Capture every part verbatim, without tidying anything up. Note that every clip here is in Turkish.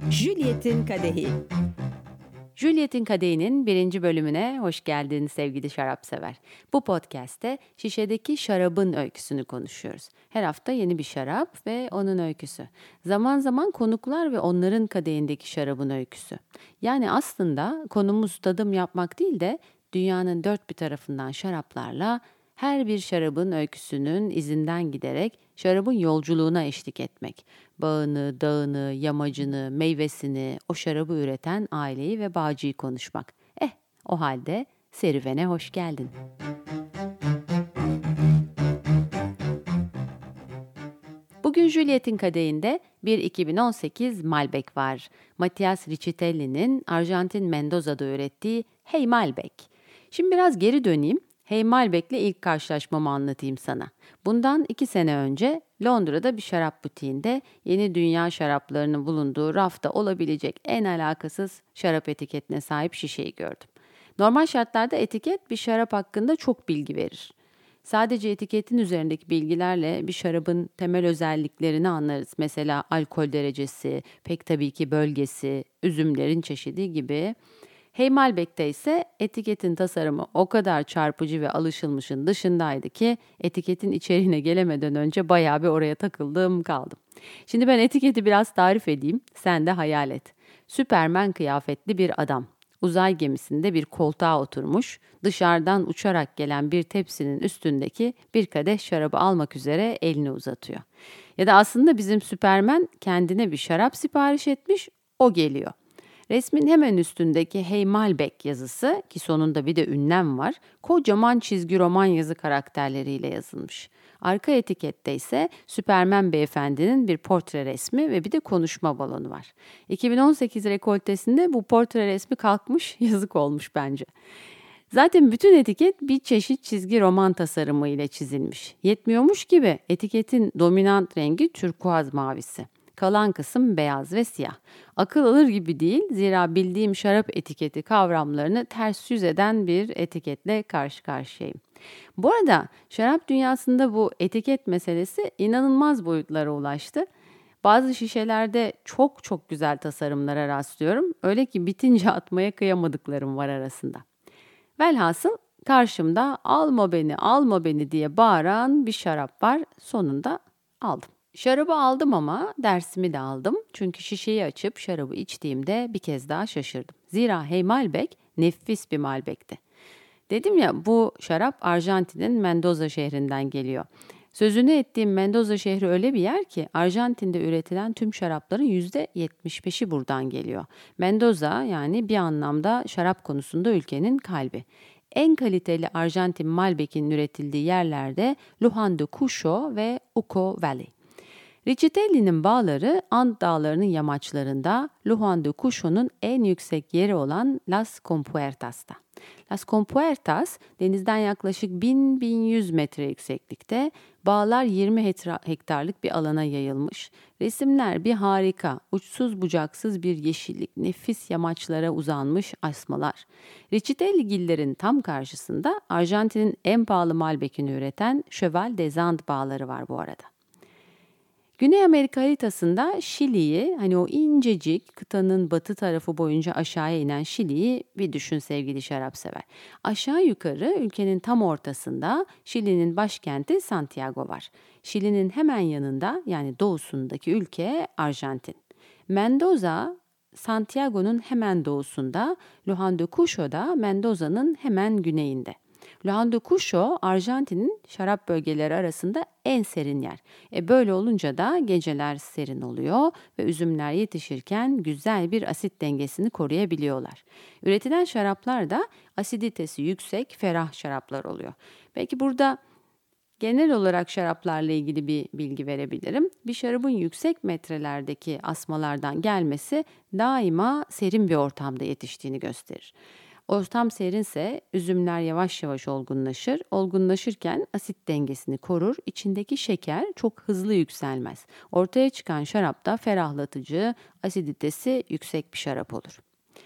Juliet'in Kadehi. Juliet'in Kadehi'nin birinci bölümüne hoş geldin sevgili şarapsever. Bu podcast'te şişedeki şarabın öyküsünü konuşuyoruz. Her hafta yeni bir şarap ve onun öyküsü. Zaman zaman konuklar ve onların kadehindeki şarabın öyküsü. Yani aslında konumuz tadım yapmak değil de dünyanın dört bir tarafından şaraplarla her bir şarabın öyküsünün izinden giderek şarabın yolculuğuna eşlik etmek. Bağını, dağını, yamacını, meyvesini, o şarabı üreten aileyi ve bağcıyı konuşmak. Eh, o halde serüvene hoş geldin. Bugün Juliet'in kadehinde bir iki bin on sekiz Malbec var. Matias Riccitelli'nin Arjantin Mendoza'da ürettiği Hey Malbec. Şimdi biraz geri döneyim. Hey Malbec'le ilk karşılaşmamı anlatayım sana. Bundan iki sene önce Londra'da bir şarap butiğinde yeni dünya şaraplarının bulunduğu rafta olabilecek en alakasız şarap etiketine sahip şişeyi gördüm. Normal şartlarda etiket bir şarap hakkında çok bilgi verir. Sadece etiketin üzerindeki bilgilerle bir şarabın temel özelliklerini anlarız. Mesela alkol derecesi, pek tabii ki bölgesi, üzümlerin çeşidi gibi. Hey Malbec'te ise etiketin tasarımı o kadar çarpıcı ve alışılmışın dışındaydı ki etiketin içeriğine gelemeden önce bayağı bir oraya takıldım kaldım. Şimdi ben etiketi biraz tarif edeyim, sen de hayal et. Süpermen kıyafetli bir adam. Uzay gemisinde bir koltuğa oturmuş, dışarıdan uçarak gelen bir tepsinin üstündeki bir kadeh şarabı almak üzere elini uzatıyor. Ya da aslında bizim Süpermen kendine bir şarap sipariş etmiş, o geliyor. Resmin hemen üstündeki Hey Malbec yazısı, ki sonunda bir de ünlem var, kocaman çizgi roman yazı karakterleriyle yazılmış. Arka etikette ise Süpermen beyefendinin bir portre resmi ve bir de konuşma balonu var. iki bin on sekiz rekoltesinde bu portre resmi kalkmış, yazık olmuş bence. Zaten bütün etiket bir çeşit çizgi roman tasarımı ile çizilmiş. Yetmiyormuş gibi etiketin dominant rengi turkuaz mavisi. Kalan kısım beyaz ve siyah. Akıl alır gibi değil, zira bildiğim şarap etiketi kavramlarını ters yüz eden bir etiketle karşı karşıyayım. Bu arada şarap dünyasında bu etiket meselesi inanılmaz boyutlara ulaştı. Bazı şişelerde çok çok güzel tasarımlara rastlıyorum. Öyle ki bitince atmaya kıyamadıklarım var arasında. Velhasıl karşımda alma beni alma beni diye bağıran bir şarap var. Sonunda aldım. Şarabı aldım ama dersimi de aldım. Çünkü şişeyi açıp şarabı içtiğimde bir kez daha şaşırdım. Zira Hey Malbec nefis bir Malbec'ti. Dedim ya, bu şarap Arjantin'in Mendoza şehrinden geliyor. Sözünü ettiğim Mendoza şehri öyle bir yer ki Arjantin'de üretilen tüm şarapların yüzde yetmiş beşi buradan geliyor. Mendoza yani bir anlamda şarap konusunda ülkenin kalbi. En kaliteli Arjantin Malbec'in üretildiği yerlerde Luján de Cuyo ve Uco Valley. Riccitelli'nin bağları Ant Dağları'nın yamaçlarında, Luján de Cuyo'nun en yüksek yeri olan Las Compuertas'ta. Las Compuertas, denizden yaklaşık bin bin yüz metre yükseklikte, bağlar yirmi hektarlık bir alana yayılmış. Resimler bir harika, uçsuz bucaksız bir yeşillik, nefis yamaçlara uzanmış asmalar. Riccitelligillerin tam karşısında Arjantin'in en pahalı Malbec'ini üreten Cheval des Andes bağları var bu arada. Güney Amerika haritasında Şili'yi, hani o incecik kıtanın batı tarafı boyunca aşağıya inen Şili'yi bir düşün sevgili şarapsever. Aşağı yukarı ülkenin tam ortasında Şili'nin başkenti Santiago var. Şili'nin hemen yanında, yani doğusundaki ülke Arjantin. Mendoza, Santiago'nun hemen doğusunda, Luján de Cuyo da Mendoza'nın hemen güneyinde. Luján de Cuyo, Arjantin'in şarap bölgeleri arasında en serin yer. E böyle olunca da geceler serin oluyor ve üzümler yetişirken güzel bir asit dengesini koruyabiliyorlar. Üretilen şaraplar da asiditesi yüksek, ferah şaraplar oluyor. Belki burada genel olarak şaraplarla ilgili bir bilgi verebilirim. Bir şarabın yüksek metrelerdeki asmalardan gelmesi daima serin bir ortamda yetiştiğini gösterir. Ortam serinse üzümler yavaş yavaş olgunlaşır. Olgunlaşırken asit dengesini korur. İçindeki şeker çok hızlı yükselmez. Ortaya çıkan şarap da ferahlatıcı, asiditesi yüksek bir şarap olur.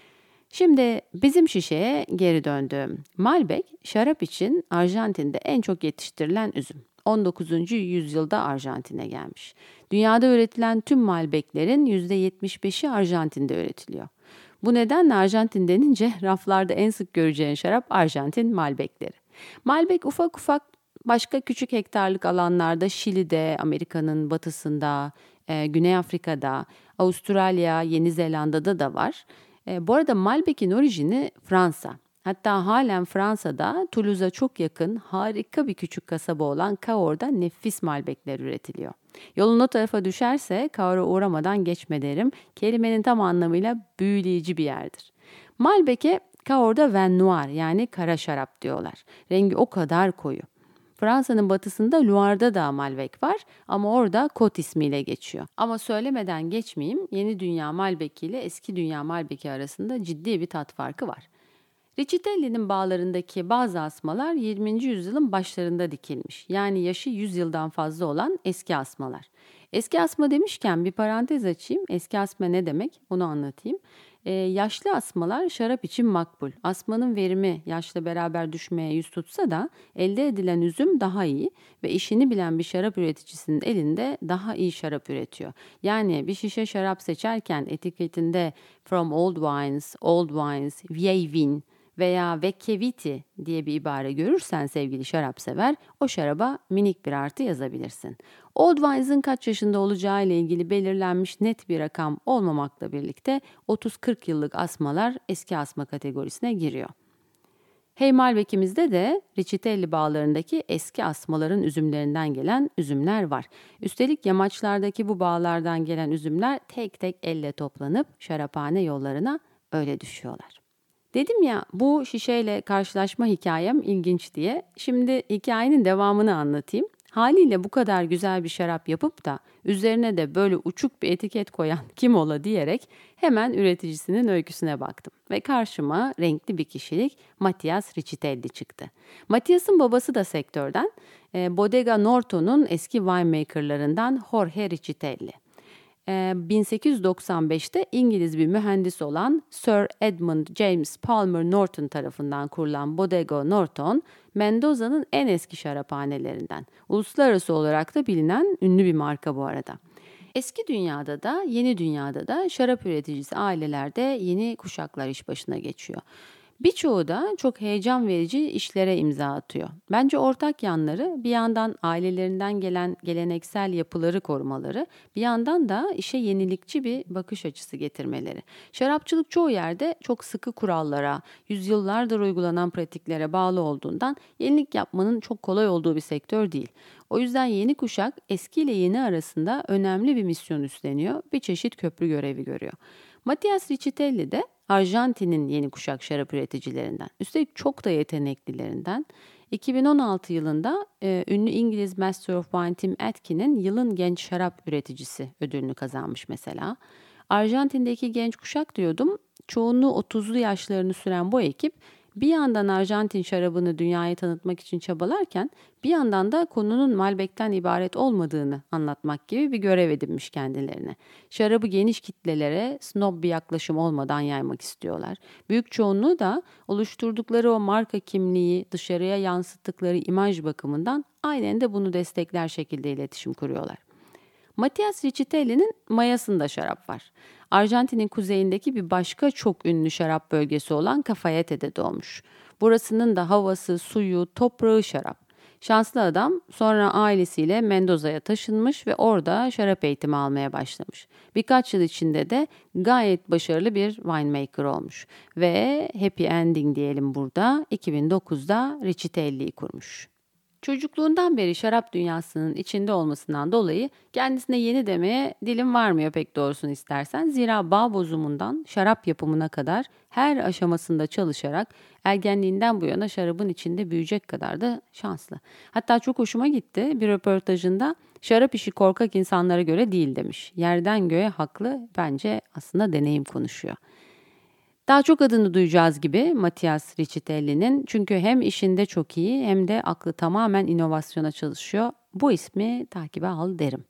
Şimdi bizim şişeye geri döndüm. Malbec, şarap için Arjantin'de en çok yetiştirilen üzüm. on dokuzuncu yüzyılda Arjantin'e gelmiş. Dünyada üretilen tüm Malbeklerin yüzde yetmiş beşi Arjantin'de üretiliyor. Bu nedenle Arjantin denince raflarda en sık göreceğin şarap Arjantin Malbekleri. Malbek ufak ufak başka küçük hektarlık alanlarda Şili'de, Amerika'nın batısında, e, Güney Afrika'da, Avustralya, Yeni Zelanda'da da var. E, bu arada Malbek'in orijini Fransa. Hatta halen Fransa'da Toulouse'a çok yakın harika bir küçük kasaba olan Cahors''da nefis Malbekler üretiliyor. Yolun o tarafa düşerse Cahor'a uğramadan geçme derim. Kelimenin tam anlamıyla büyüleyici bir yerdir. Malbek'e Cahor'da vin noir yani kara şarap diyorlar. Rengi o kadar koyu. Fransa'nın batısında Loire'da da Malbec var ama orada Côte ismiyle geçiyor. Ama söylemeden geçmeyeyim, Yeni Dünya Malbec'i ile Eski Dünya Malbec'i arasında ciddi bir tat farkı var. Riccitelli'nin bağlarındaki bazı asmalar yirminci yüzyılın başlarında dikilmiş. Yani yaşı yüz yıldan fazla olan eski asmalar. Eski asma demişken bir parantez açayım. Eski asma ne demek? Onu anlatayım. Ee, yaşlı asmalar şarap için makbul. Asmanın verimi yaşla beraber düşmeye yüz tutsa da elde edilen üzüm daha iyi ve işini bilen bir şarap üreticisinin elinde daha iyi şarap üretiyor. Yani bir şişe şarap seçerken etiketinde From Old Wines, Old Wines, Vieille Vin veya Vecchie diye bir ibare görürsen sevgili şarapsever, o şaraba minik bir artı yazabilirsin. Old Wines'ın kaç yaşında olacağı ile ilgili belirlenmiş net bir rakam olmamakla birlikte otuz kırk yıllık asmalar eski asma kategorisine giriyor. Hey Malbec'imizde de Riccitelli bağlarındaki eski asmaların üzümlerinden gelen üzümler var. Üstelik yamaçlardaki bu bağlardan gelen üzümler tek tek elle toplanıp şaraphane yollarına öyle düşüyorlar. Dedim ya bu şişeyle karşılaşma hikayem ilginç diye. Şimdi hikayenin devamını anlatayım. Haliyle bu kadar güzel bir şarap yapıp da üzerine de böyle uçuk bir etiket koyan kim ola diyerek hemen üreticisinin öyküsüne baktım. Ve karşıma renkli bir kişilik Matias Riccitelli çıktı. Matias'ın babası da sektörden, e, Bodega Norton'un eski winemakerlarından Jorge Riccitelli. bin sekiz yüz doksan beşte İngiliz bir mühendis olan Sir Edmund James Palmer Norton tarafından kurulan Bodega Norton, Mendoza'nın en eski şaraphanelerinden. Uluslararası olarak da bilinen ünlü bir marka bu arada. Eski dünyada da yeni dünyada da şarap üreticisi ailelerde yeni kuşaklar iş başına geçiyor. Birçoğu da çok heyecan verici işlere imza atıyor. Bence ortak yanları bir yandan ailelerinden gelen geleneksel yapıları korumaları, bir yandan da işe yenilikçi bir bakış açısı getirmeleri. Şarapçılık çoğu yerde çok sıkı kurallara, yüzyıllardır uygulanan pratiklere bağlı olduğundan yenilik yapmanın çok kolay olduğu bir sektör değil. O yüzden yeni kuşak eski ile yeni arasında önemli bir misyon üstleniyor, bir çeşit köprü görevi görüyor. Matias Riccitelli de Arjantin'in yeni kuşak şarap üreticilerinden. Üstelik çok da yeteneklilerinden. iki bin on altı yılında e, ünlü İngiliz Master of Wine Tim Atkin'in yılın genç şarap üreticisi ödülünü kazanmış mesela. Arjantin'deki genç kuşak diyordum. Çoğunluğu otuzlu yaşlarını süren bu ekip bir yandan Arjantin şarabını dünyaya tanıtmak için çabalarken bir yandan da konunun Malbec'ten ibaret olmadığını anlatmak gibi bir görev edinmiş kendilerine. Şarabı geniş kitlelere snob bir yaklaşım olmadan yaymak istiyorlar. Büyük çoğunluğu da oluşturdukları o marka kimliği dışarıya yansıttıkları imaj bakımından aynen de bunu destekler şekilde iletişim kuruyorlar. Matias Riccitelli'nin mayasında şarap var. Arjantin'in kuzeyindeki bir başka çok ünlü şarap bölgesi olan Cafayete'de doğmuş. Burasının da havası, suyu, toprağı şarap. Şanslı adam sonra ailesiyle Mendoza'ya taşınmış ve orada şarap eğitimi almaya başlamış. Birkaç yıl içinde de gayet başarılı bir winemaker olmuş. Ve happy ending diyelim burada iki bin dokuzda Riccitelli'yi kurmuş. Çocukluğundan beri şarap dünyasının içinde olmasından dolayı kendisine yeni demeye dilim varmıyor pek doğrusunu istersen. Zira bağ bozumundan şarap yapımına kadar her aşamasında çalışarak ergenliğinden bu yana şarabın içinde büyüyecek kadar da şanslı. Hatta çok hoşuma gitti bir röportajında şarap işi korkak insanlara göre değil demiş. Yerden göğe haklı, bence aslında deneyim konuşuyor. Daha çok adını duyacağız gibi Matias Riccitelli'nin, çünkü hem işinde çok iyi hem de aklı tamamen inovasyona çalışıyor. Bu ismi takibe al derim.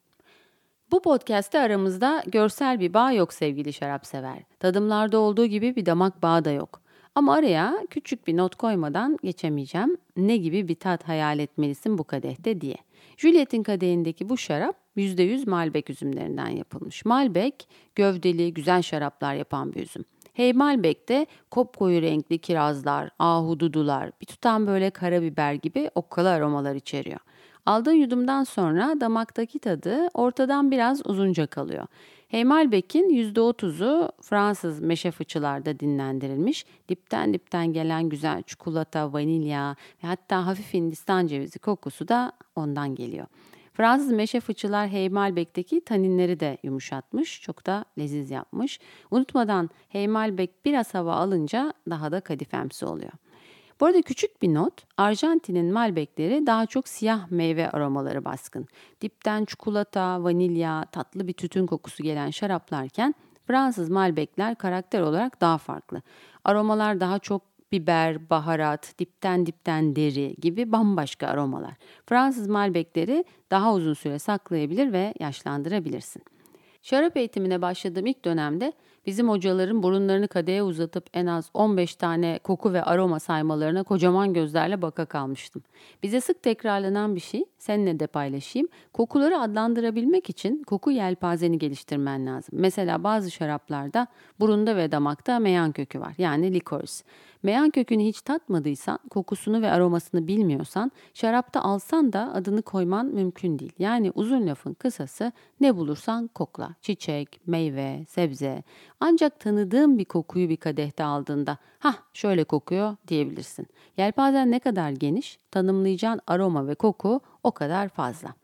Bu podcast'te aramızda görsel bir bağ yok sevgili şarapsever. Tadımlarda olduğu gibi bir damak bağı da yok. Ama araya küçük bir not koymadan geçemeyeceğim. Ne gibi bir tat hayal etmelisin bu kadehte diye. Juliet'in kadehindeki bu şarap yüzde yüz Malbec üzümlerinden yapılmış. Malbec gövdeli, güzel şaraplar yapan bir üzüm. Hey Malbec'te kopkoyu renkli kirazlar, ahududular, bir tutam böyle karabiber gibi okkalı aromalar içeriyor. Aldığın yudumdan sonra damaktaki tadı ortadan biraz uzunca kalıyor. Hey Malbec'in yüzde otuzu Fransız meşe fıçılarda dinlendirilmiş. Dipten dipten gelen güzel çikolata, vanilya ve hatta hafif Hindistan cevizi kokusu da ondan geliyor. Fransız meşe fıçılar Hey Malbec'teki taninleri de yumuşatmış, çok da leziz yapmış. Unutmadan Hey Malbec biraz hava alınca daha da kadifemsi oluyor. Bu arada küçük bir not, Arjantin'in Malbec'leri daha çok siyah meyve aromaları baskın. Dipten çikolata, vanilya, tatlı bir tütün kokusu gelen şaraplarken Fransız Malbec'ler karakter olarak daha farklı. Aromalar daha çok biber, baharat, dipten dipten deri gibi bambaşka aromalar. Fransız Malbec'leri daha uzun süre saklayabilir ve yaşlandırabilirsin. Şarap eğitimine başladığım ilk dönemde bizim hocaların burunlarını kadehe uzatıp en az on beş tane koku ve aroma saymalarına kocaman gözlerle baka kalmıştım. Bize sık tekrarlanan bir şey, seninle de paylaşayım. Kokuları adlandırabilmek için koku yelpazeni geliştirmen lazım. Mesela bazı şaraplarda burunda ve damakta meyan kökü var, yani licorice. Meyan kökünü hiç tatmadıysan, kokusunu ve aromasını bilmiyorsan, şarapta alsan da adını koyman mümkün değil. Yani uzun lafın kısası, ne bulursan kokla. Çiçek, meyve, sebze. Ancak tanıdığın bir kokuyu bir kadehte aldığında, hah şöyle kokuyor diyebilirsin. Yelpazen ne kadar geniş, tanımlayacağın aroma ve koku o kadar fazla.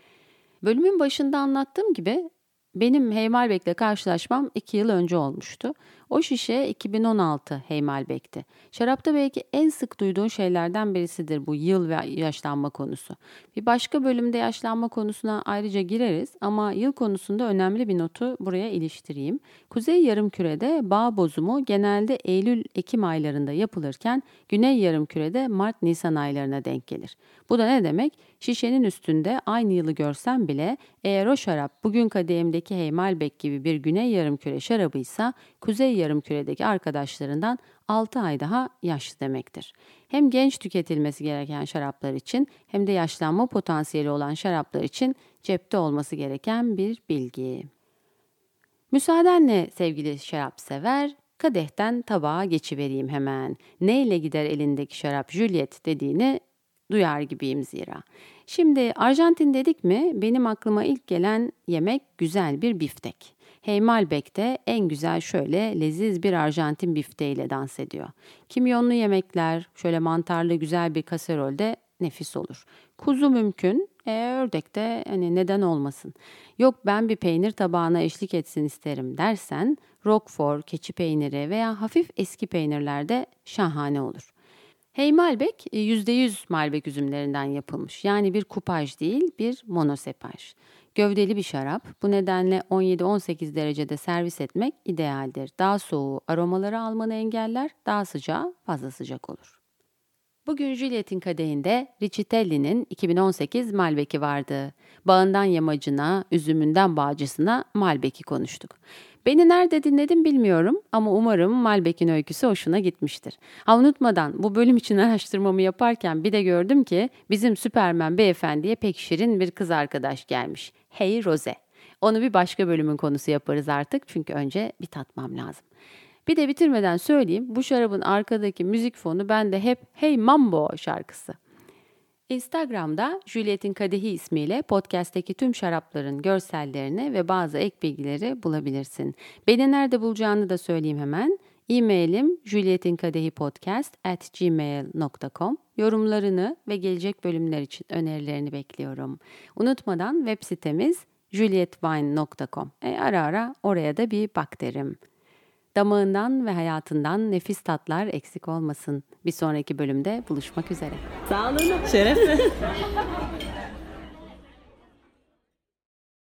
Bölümün başında anlattığım gibi benim Hey Malbec'le karşılaşmam iki yıl önce olmuştu. O şişe iki bin on altı Hey Malbec'ti. Şarapta belki en sık duyduğun şeylerden birisidir bu yıl ve yaşlanma konusu. Bir başka bölümde yaşlanma konusuna ayrıca gireriz ama yıl konusunda önemli bir notu buraya iliştireyim. Kuzey Yarımküre'de bağ bozumu genelde Eylül-Ekim aylarında yapılırken Güney Yarımküre'de Mart-Nisan aylarına denk gelir. Bu da ne demek? Şişenin üstünde aynı yılı görsen bile eğer o şarap bugün kadehimdeki Hey Malbec gibi bir Güney Yarımküre şarabıysa Kuzey Yarımküre'deki arkadaşlarından altı ay daha yaşlı demektir. Hem genç tüketilmesi gereken şaraplar için hem de yaşlanma potansiyeli olan şaraplar için cepte olması gereken bir bilgi. Müsaadenle sevgili şarap sever, kadehten tabağa geçivereyim hemen. Neyle gider elindeki şarap Juliet dediğini duyar gibiyim zira. Şimdi Arjantin dedik mi benim aklıma ilk gelen yemek güzel bir biftek. Hey Malbec'te en güzel şöyle leziz bir Arjantin bifteğiyle dans ediyor. Kimyonlu yemekler, şöyle mantarlı güzel bir kaserolde nefis olur. Kuzu mümkün, e, ördek de hani neden olmasın. Yok ben bir peynir tabağına eşlik etsin isterim dersen Roquefort, keçi peyniri veya hafif eski peynirler de şahane olur. Hey Malbec yüzde yüz Malbec üzümlerinden yapılmış. Yani bir kupaj değil, bir monosepaj. Gövdeli bir şarap. Bu nedenle on yedi on sekiz derecede servis etmek idealdir. Daha soğuğu aromaları almanı engeller, daha sıcağı fazla sıcak olur. Bugün Juliet'in kadehinde Riccitelli'nin iki bin on sekiz Malbec'i vardı. Bağından yamacına, üzümünden bağcısına Malbec'i konuştuk. Beni nerede dinledin bilmiyorum ama umarım Malbec'in öyküsü hoşuna gitmiştir. Ha unutmadan bu bölüm için araştırmamı yaparken bir de gördüm ki bizim Süpermen beyefendiye pek şirin bir kız arkadaş gelmiş. Hey Rose. Onu bir başka bölümün konusu yaparız artık çünkü önce bir tatmam lazım. Bir de bitirmeden söyleyeyim, bu şarabın arkadaki müzik fonu bende hep Hey Mambo şarkısı. Instagram'da Juliet'in Kadehi ismiyle podcast'teki tüm şarapların görsellerini ve bazı ek bilgileri bulabilirsin. Beni nerede bulacağını da söyleyeyim hemen. E-mailim julietinkadehipodcast at gmail dot com. Yorumlarını ve gelecek bölümler için önerilerini bekliyorum. Unutmadan web sitemiz julietwine dot com. E, ara ara oraya da bir bak derim. Damağından ve hayatından nefis tatlar eksik olmasın. Bir sonraki bölümde buluşmak üzere. Sağ olun. Şerefle.